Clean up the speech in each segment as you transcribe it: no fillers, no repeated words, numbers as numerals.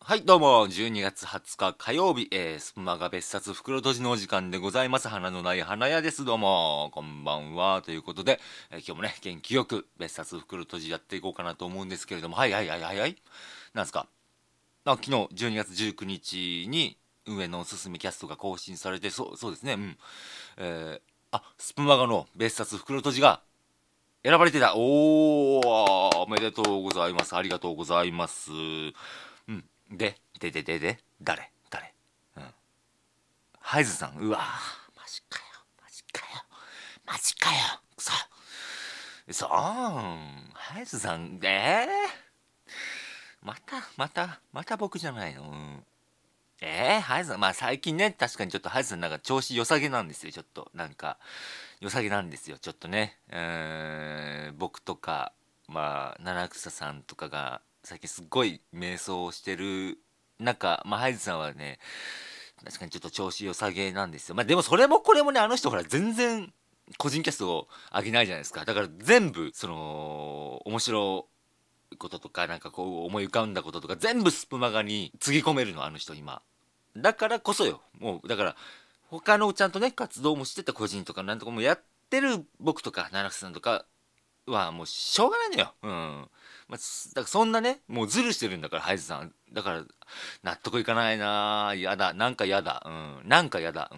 はい、どうも、12月20日火曜日、スプマガ別冊袋閉じのお時間でございます。花のない花屋です。どうも、こんばんは。ということで、今日もね、元気よく別冊袋閉じやっていこうかなと思うんですけれども、はい。なんすか。昨日、12月19日に、運営のおすすめキャストが更新されて、そうですね、スプマガの別冊袋閉じが選ばれてた。おめでとうございます。ありがとうございます。誰うん。ハイズさん。うわマジかよ。マジかよ。くそ。ハイズさん、また僕じゃないの。ハイズさん、まあ最近ね、確かにちょっとハイズさんなんか調子良さげなんですよ。ちょっと、なんか、良さげなんですよ。ちょっとね。僕とか、まあ、七草さんとかが、最近すっごい迷走してる中、まあ、ハイズさんはね、確かにちょっと調子良さげなんですよ。まあでもそれもこれもね、あの人ほら全然個人キャストを上げないじゃないですか。だから全部、面白いこととか、なんかこう思い浮かんだこととか、全部スプマガにつぎ込めるの、あの人今。だからこそよ。もう、だから、他のちゃんとね、活動もしてた個人とかなんとかもやってる僕とか、七草さんとかはもうしょうがないのよ。うん。まあ、だからそんなね、もうズルしてるんだから、ハイズさん。だから、納得いかないなぁ。やだ。なんかやだ。うん。なんかやだ。うん。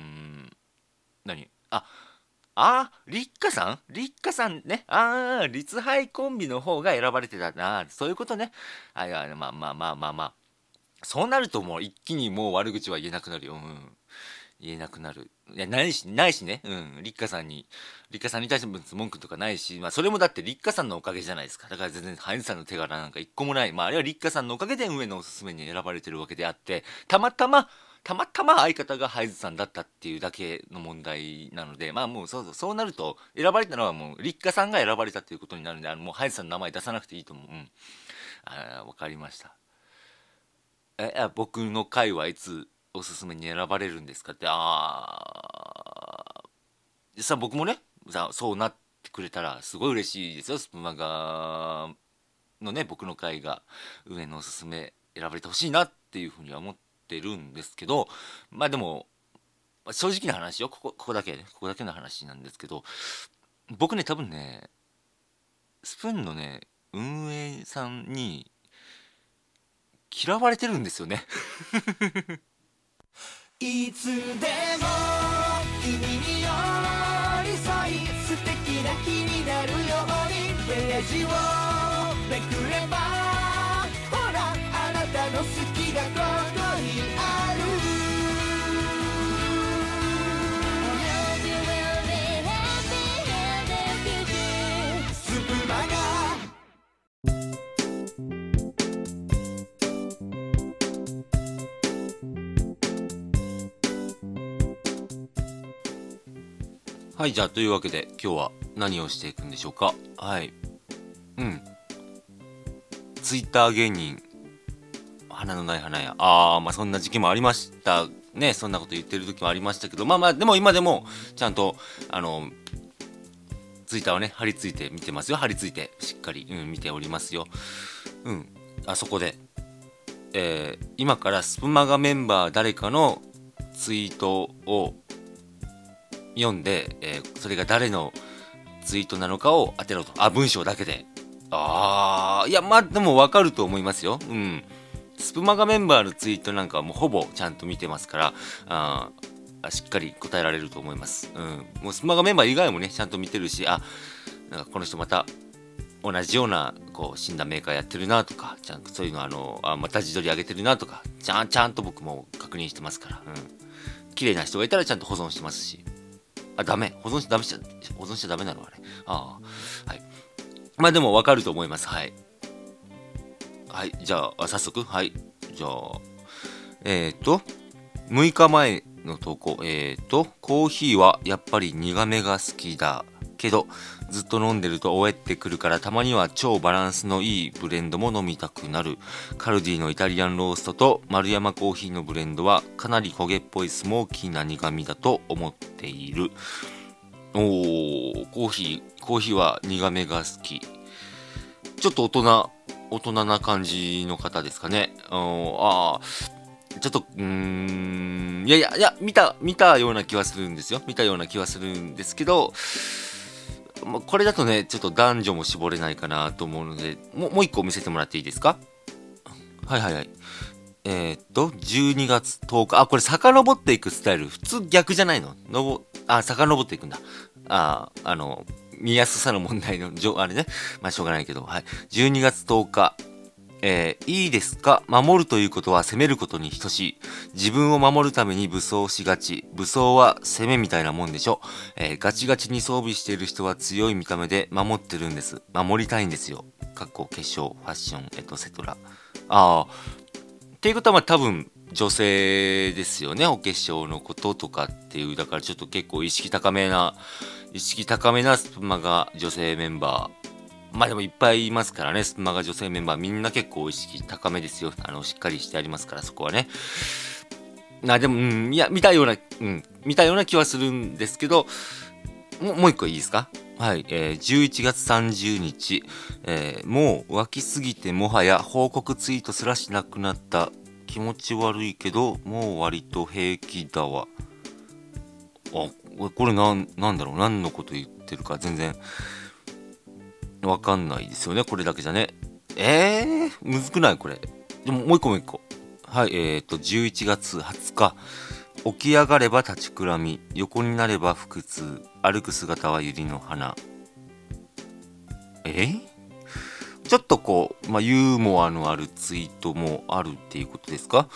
何リッカさんね。立杯コンビの方が選ばれてたな。そういうことね。いや、まあ。そうなるともう一気にもう悪口は言えなくなるよ。うん。言えなくなる。いや、ないしね。うん。立花さんに対しても文句とかないし、まあ、それもだって立花さんのおかげじゃないですか。だから全然、ハイズさんの手柄なんか一個もない。まあ、あれは立花さんのおかげで上のおすすめに選ばれてるわけであって、たまたま相方がハイズさんだったっていうだけの問題なので、まあもうそうなると、選ばれたのはもう立花さんが選ばれたっていうことになるんで、もうハイズさんの名前出さなくていいと思う。うん。わかりました。僕の回はいつおすすめに選ばれるんですかって、実際僕もね、そうなってくれたらすごい嬉しいですよ。スプマガのね、僕の回が上のおすすめ選ばれてほしいなっていうふうには思ってるんですけど、まあでも、正直な話よ、ここだけね、ここだけの話なんですけど、僕ね、多分ね、スプーンのね、運営さんに嫌われてるんですよね。 いつでも君に寄り添い素敵な日になるようにページをめくればほらあなたの好きがここにあるスプマガはい、じゃあというわけで今日は何をしていくんでしょうか。はい。ツイッター芸人、花のない花屋。まあそんな時期もありましたね。そんなこと言ってる時もありましたけど、でも今でもちゃんと、ツイッターをね、貼り付いて見てますよ。貼り付いて、しっかり、見ておりますよ。あそこで、今からスプマガメンバー誰かのツイートを読んで、それが誰のツイートなのかを当てろと。文章だけで。いや、でもわかると思いますよ。スプマガメンバーのツイートなんかはもうほぼちゃんと見てますから、しっかり答えられると思います。もうスプマガメンバー以外もね、ちゃんと見てるし、なんかこの人また同じようなこう診断メーカーやってるなとか、ちゃんとそういうのまた自撮り上げてるなとか、ちゃんと僕も確認してますから、綺麗な人がいたらちゃんと保存してますし。ダメ。保存しちゃダメなのあれ。はい。まあでもわかると思います。はい。はい。じゃあ、早速。はい。じゃあ、6日前の投稿。コーヒーはやっぱり苦めが好きだ。けど、ずっと飲んでるとおえってくるからたまには超バランスのいいブレンドも飲みたくなる。カルディのイタリアンローストと丸山コーヒーのブレンドはかなり焦げっぽいスモーキーな苦味だと思っている。コーヒーは苦めが好き。ちょっと大人大人な感じの方ですかね。ああ、ちょっと、いや、見たような気はするんですよ。見たような気はするんですけど、これだとね、ちょっと男女も絞れないかなと思うので、もう一個見せてもらっていいですか？はいはいはい。12月10日。あ、これ遡っていくスタイル。普通逆じゃないの？遡っていくんだ。見やすさの問題の、あれね。まあ、しょうがないけど。はい。12月10日。いいですか？守るということは攻めることに等しい。自分を守るために武装しがち。武装は攻めみたいなもんでしょ。ガチガチに装備している人は強い見た目で守ってるんです。守りたいんですよ。化粧、ファッション、エトセトラ。っていうことはまあ多分女性ですよね。お化粧のこととかっていう。だからちょっと結構意識高めなスプマが女性メンバー。まあでもいっぱいいますからね、スプマが女性メンバーみんな結構意識高めですよ。しっかりしてありますから、そこはね。でも、いや、見たような気はするんですけど、もう一個いいですか？はい、11月30日、もう湧きすぎてもはや報告ツイートすらしなくなった。気持ち悪いけど、もう割と平気だわ。これなんだろう、何のこと言ってるか全然わかんないですよね、これだけじゃね。むずくないこれ。でももう一個。はい、11月20日。起き上がれば立ちくらみ、横になれば腹痛、歩く姿は百合の花。ちょっとこう、ユーモアのあるツイートもあるっていうことですか？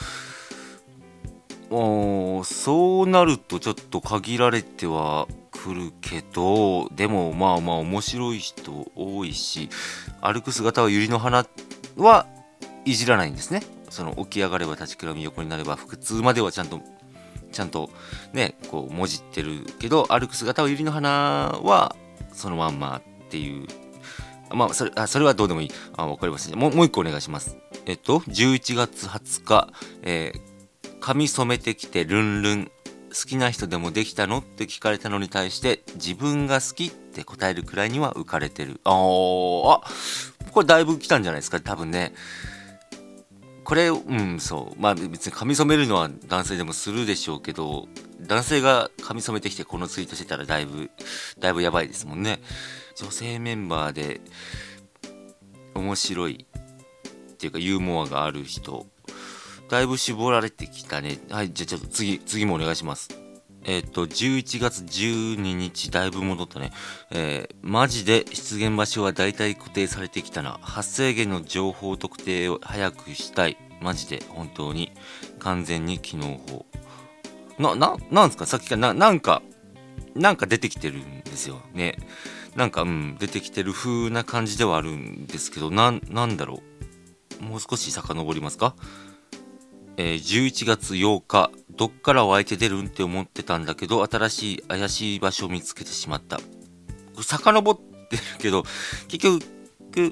そうなるとちょっと限られてはくるけど、でもまあ面白い人多いし、歩く姿は百合の花はいじらないんですね。その起き上がれば立ちくらみ、横になれば腹痛まではちゃんとね、こうもじってるけど、歩く姿は百合の花はそのまんまっていう。まあそれはどうでもいい。わかりました。もう一個お願いします。11月20日、髪染めてきてルンルン、好きな人でもできたのって聞かれたのに対して自分が好きって答えるくらいには浮かれてる。これだいぶ来たんじゃないですか、多分ね。これそう、別に髪染めるのは男性でもするでしょうけど、男性が髪染めてきてこのツイートしてたらだいぶやばいですもんね。女性メンバーで面白いっていうかユーモアがある人だいぶ絞られてきたね。はい、じゃあちょっと次もお願いします。11月12日、だいぶ戻ったね。マジで出現場所はだいたい固定されてきたな。発生源の情報特定を早くしたい。マジで、本当に。完全に機能法。なんすか？さっきからなんか出てきてるんですよね。出てきてる風な感じではあるんですけど、なんだろう。もう少し遡りますか？11月8日、どっから湧いて出るんって思ってたんだけど、新しい怪しい場所を見つけてしまった。遡ってるけど、結局、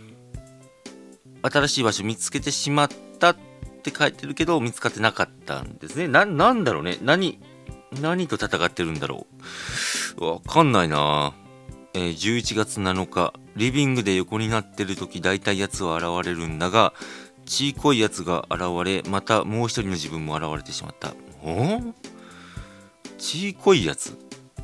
新しい場所見つけてしまったって書いてるけど、見つかってなかったんですね。なんだろうね。何と戦ってるんだろう。わかんないな。11月7日、リビングで横になってる時、大体やつは現れるんだが、ちいこいやつが現れ、またもう一人の自分も現れてしまった。ちいこいやつ、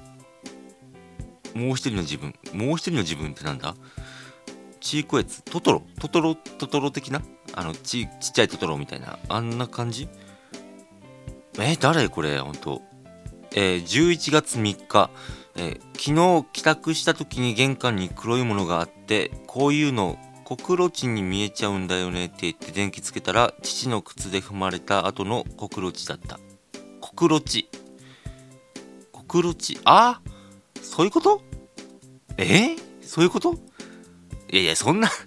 もう一人の自分ってなんだ？ちいこいやつ、トトロ的なちっちゃいトトロみたいな、あんな感じ？誰これ、ほんと。11月3日、昨日帰宅した時に玄関に黒いものがあって、こういうのコクロチに見えちゃうんだよねって言って電気つけたら、父の靴で踏まれた後のコクロチだった。コクロチ、そういうこと？そういうこと？いやそんな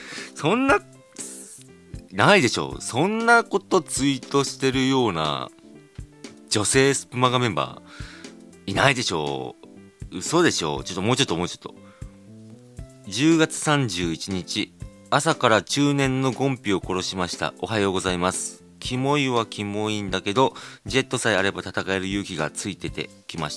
ないでしょ。そんなことツイートしてるような女性スプマガメンバーいないでしょう。嘘でしょ。もうちょっと。10月31日、朝から中年のゴンピを殺しました。おはようございます。キモいはキモいんだけど、ジェットさえあれば戦える勇気がついてきました。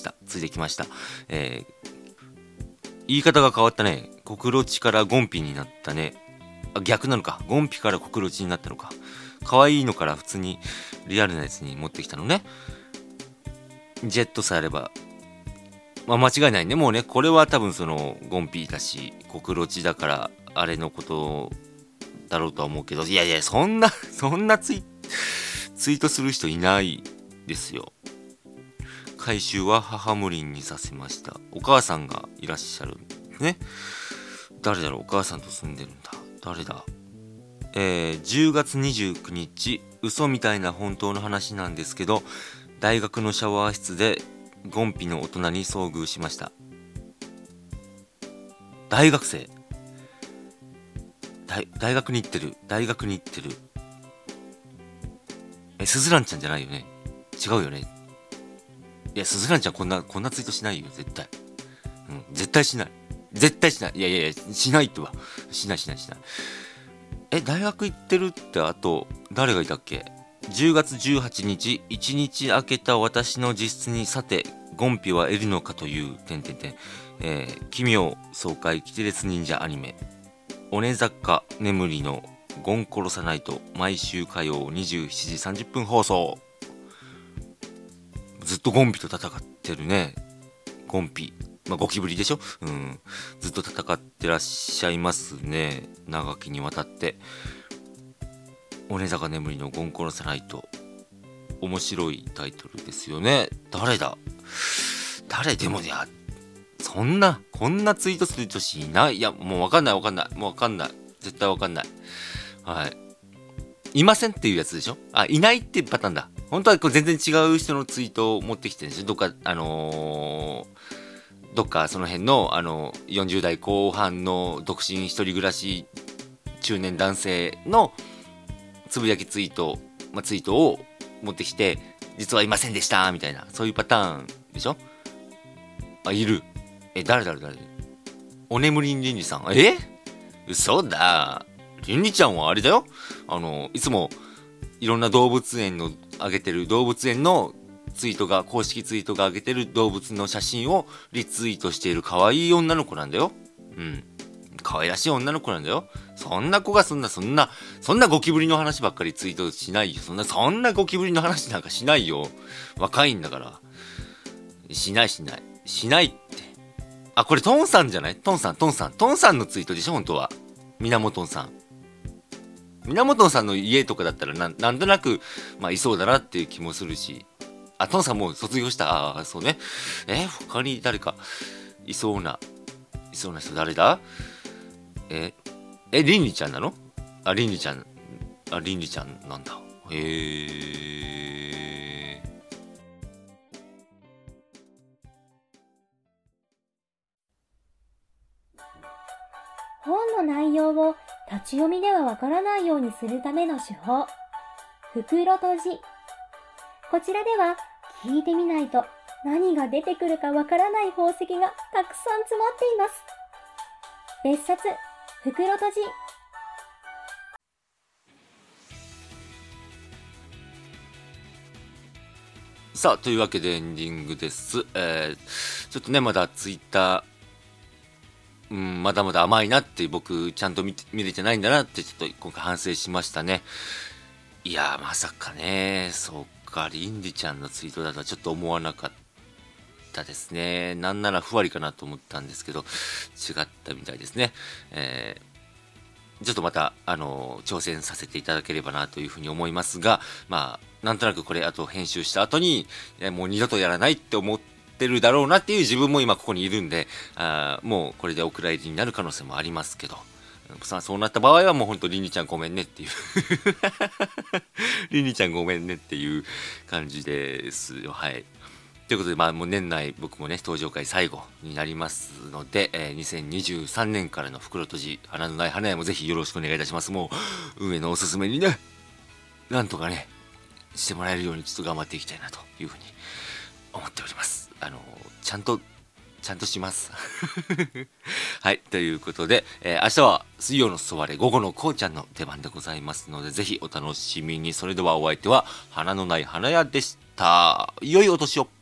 言い方が変わったね。コクロチからゴンピになったね。 逆なのか、ゴンピからコクロチになったのか。可愛いのから普通にリアルなやつに持ってきたのね。ジェットさえあれば、まあ、間違いないね。もうね、これは多分そのゴンピだしコクロチだからあれのことだろうとは思うけど、いやいや、そんなツイートする人いないですよ。回収は母無林にさせました。お母さんがいらっしゃるんですね。誰だろう。お母さんと住んでるんだ。誰だ。10月29日、嘘みたいな本当の話なんですけど、大学のシャワー室でゴンピの大人に遭遇しました。大学生、大学に行ってる。スズランちゃんじゃないよね。違うよね。いや、スズランちゃんこんなツイートしないよ、絶対。絶対しない。いや、しないってば。しない。大学行ってるって。あと誰がいたっけ。10月18日、1日空けた私の自室に、さてゴンピはいるのかという奇妙爽快キテレツ忍者アニメおねざか眠りのゴン殺さないと、毎週火曜27時30分放送。ずっとゴンピと戦ってるね。ゴンピ、ゴキブリでしょ。ずっと戦ってらっしゃいますね、長きにわたって。おねざか眠りのゴン殺さないと、面白いタイトルですよね。誰でも、いや、こんなツイートする女子いない。いや、もうわかんない。絶対わかんない。はい。いませんっていうやつでしょ。いないっていうパターンだ。本当はこれ全然違う人のツイートを持ってきてるんですよ。どっかその辺の40代後半の独身一人暮らし中年男性のつぶやきツイートを持ってきて、実はいませんでしたみたいな、そういうパターンでしょ。いる。誰。おねむりんりんりさん。嘘だ。りんりちゃんはあれだよ。いつもいろんな動物園の上げてる動物園のツイートが、公式ツイートが上げてる動物の写真をリツイートしている可愛い女の子なんだよ。可愛らしい女の子なんだよ。そんな子がそんなゴキブリの話ばっかりツイートしないよ。そんなゴキブリの話なんかしないよ。若いんだから。しないって。これトンさんじゃない？トンさんのツイートでしょ、本当は。源さんの家とかだったらなんとなくいそうだなっていう気もするし。トンさんもう卒業した。そうね。他に誰かいそうな人誰だ？リンリちゃんなの？リンリちゃんなんだ。 本の内容を立ち読みではわからないようにするための手法、袋閉じ。こちらでは聞いてみないと何が出てくるかわからない宝石がたくさん詰まっています。別冊袋閉じ。 さあ、というわけでエンディングです。ちょっとね、まだツイッター、まだまだ甘いなって、僕ちゃんと見れてないんだなってちょっと今回反省しましたね。いやー、まさかね。そうか、りんりちゃんのツイートだとはちょっと思わなかったですね。なんならふわりかなと思ったんですけど、違ったみたいですね。ちょっとまた挑戦させていただければなというふうに思いますが、なんとなくこれあと編集した後にもう二度とやらないって思ってるだろうなっていう自分も今ここにいるんで、もうこれでお蔵入りになる可能性もありますけど、そうなった場合はもう本当りんりちゃんごめんねっていうりんりちゃんごめんねっていう感じですよ。はい。ということで、もう年内僕もね登場回最後になりますので、2023年からの袋閉じ花のない花屋もぜひよろしくお願いいたします。もう運営のおすすめにね、なんとかねしてもらえるようにちょっと頑張っていきたいなというふうに思っております。ちゃんとしますはい、ということで、明日は水曜のそわれ午後のこうちゃんの出番でございますので、ぜひお楽しみに。それではお相手は花のない花屋でした。良いお年を。